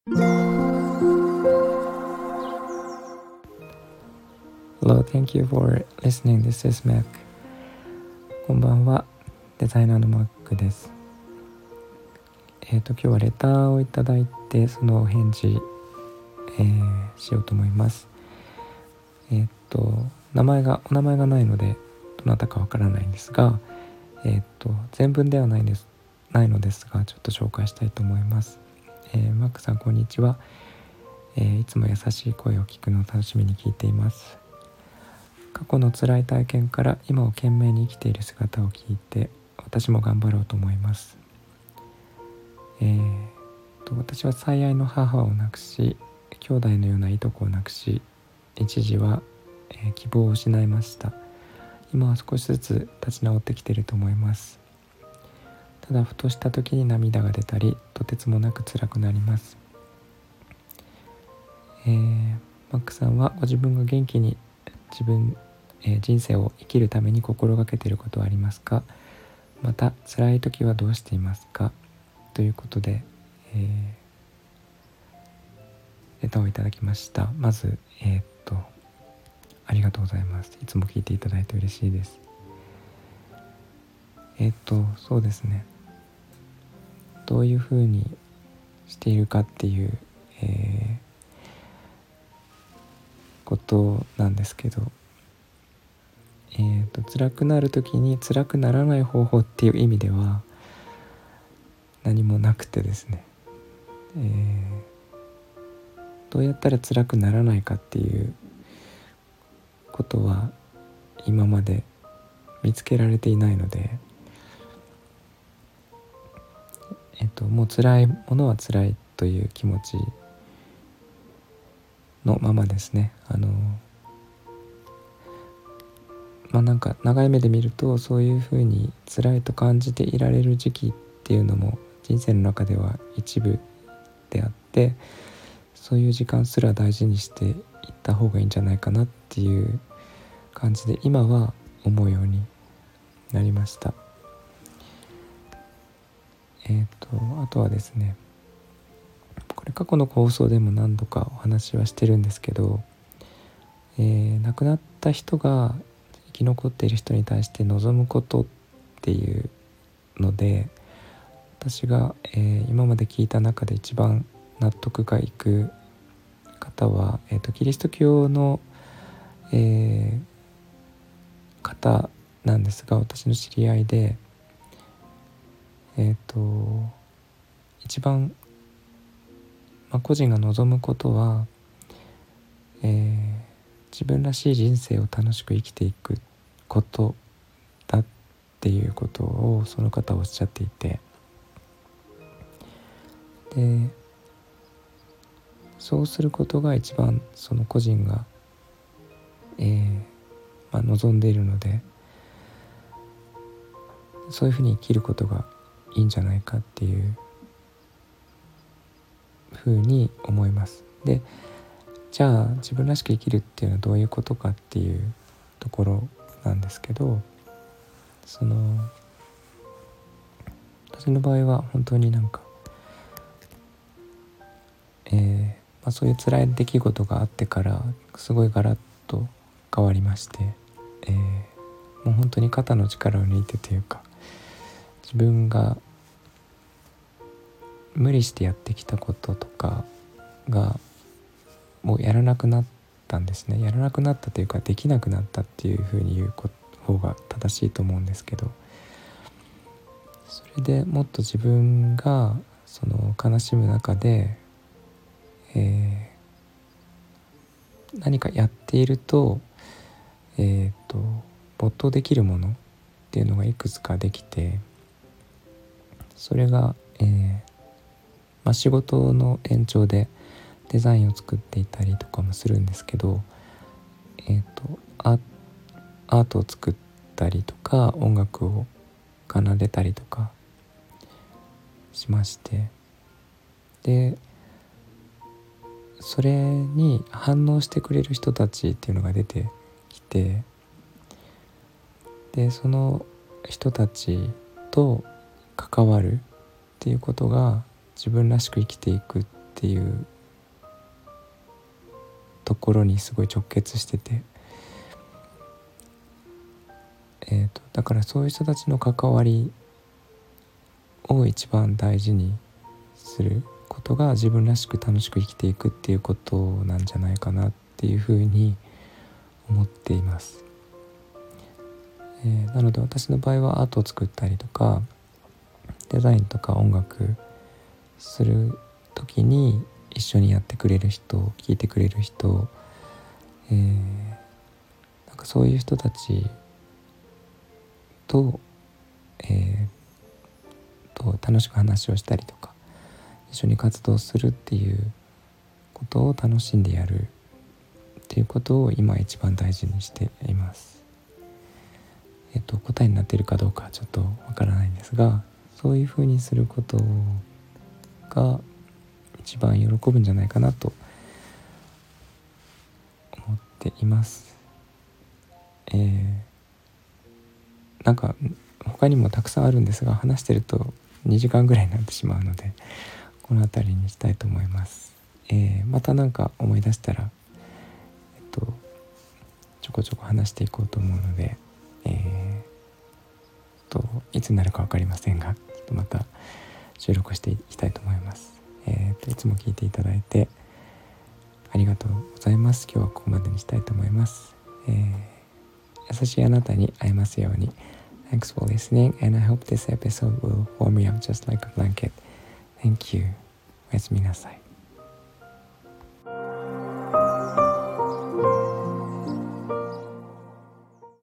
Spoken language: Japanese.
Hello, thank you for listening. This is Mac. こんばんは、デザイナーの Mac です。今日はレターをいただいて、そのお返事、しようと思います。お名前がないので、どなたかわからないんですが、全文ではないのですが、ちょっと紹介したいと思います。Mac さん、こんにちは。いつも優しい声を聞くのを楽しみに聞いています。過去の辛い体験から今を懸命に生きている姿を聞いて、私も頑張ろうと思います。私は最愛の母を亡くし、兄弟のようないとこを亡くし、一時は、希望を失いました。今は少しずつ立ち直ってきていると思います。ただふとした時に涙が出たり、とてつもなく辛くなります。マックさんはご自分が元気に人生を生きるために心がけていることはありますか？また辛い時はどうしていますか？ということで、レターをいただきました。まずありがとうございます。いつも聞いていただいて嬉しいです。そうですね、どういうふうにしているかっていう、ことなんですけど、辛くなる時に辛くならない方法っていう意味では何もなくてですね、どうやったら辛くならないかっていうことは今まで見つけられていないので、もう辛いものは辛いという気持ちのままですね。なんか長い目で見ると、そういうふうに辛いと感じていられる時期っていうのも人生の中では一部であって、そういう時間すら大事にしていった方がいいんじゃないかなっていう感じで、今は思うようになりました。あとはですね、これ過去の放送でも何度かお話はしてるんですけど、亡くなった人が生き残っている人に対して望むことっていうので、私が、今まで聞いた中で一番納得がいく方は、キリスト教の、方なんですが、私の知り合いで、一番、個人が望むことは、自分らしい人生を楽しく生きていくことだっていうことをその方はおっしゃっていて、でそうすることが一番その個人が、望んでいるので、そういうふうに生きることがいいんじゃないかっていうふうに思います。で、じゃあ自分らしく生きるっていうのはどういうことかっていうところなんですけど、私の場合は本当になんか、そういう辛い出来事があってからすごいガラッと変わりまして、もう本当に肩の力を抜いてというか、自分が無理してやってきたこととかがもうやらなくなったんですね。やらなくなったというか、できなくなったっていうふうに言う方が正しいと思うんですけど、それでもっと自分がその悲しむ中で、何かやっていると、没頭できるものっていうのがいくつかできて、それが、仕事の延長でデザインを作っていたりとかもするんですけど、アートを作ったりとか音楽を奏でたりとかしまして、でそれに反応してくれる人たちっていうのが出てきて、でその人たちと関わるっていうことが自分らしく生きていくっっていうところにすごい直結してて、だからそういう人たちの関わりを一番大事にすることが自分らしく楽しく生きていくっていうことなんじゃないかなっていうふうに思っています。なので私の場合はアートを作ったりとかデザインとか音楽する時に一緒にやってくれる人、聞いてくれる人、なんかそういう人たちと、楽しく話をしたりとか一緒に活動するっていうことを楽しんでやるっていうことを今一番大事にしています。答えになっているかどうかちょっとわからないんですが、そういうふうにすることが一番喜ぶんじゃないかなと思っています。なんか他にもたくさんあるんですが、話してると2時間ぐらいになってしまうのでこの辺りにしたいと思います。またなんか思い出したら、ちょこちょこ話していこうと思うので、いつになるか分かりませんが、ちょっとまた収録していきたいと思います。いつも聞いていただいてありがとうございます。今日はここまでにしたいと思います。優しいあなたに会えますように。Thanks for listening, and I hope this episode will warm me up just like a blanket. Thank you. おやすみなさい。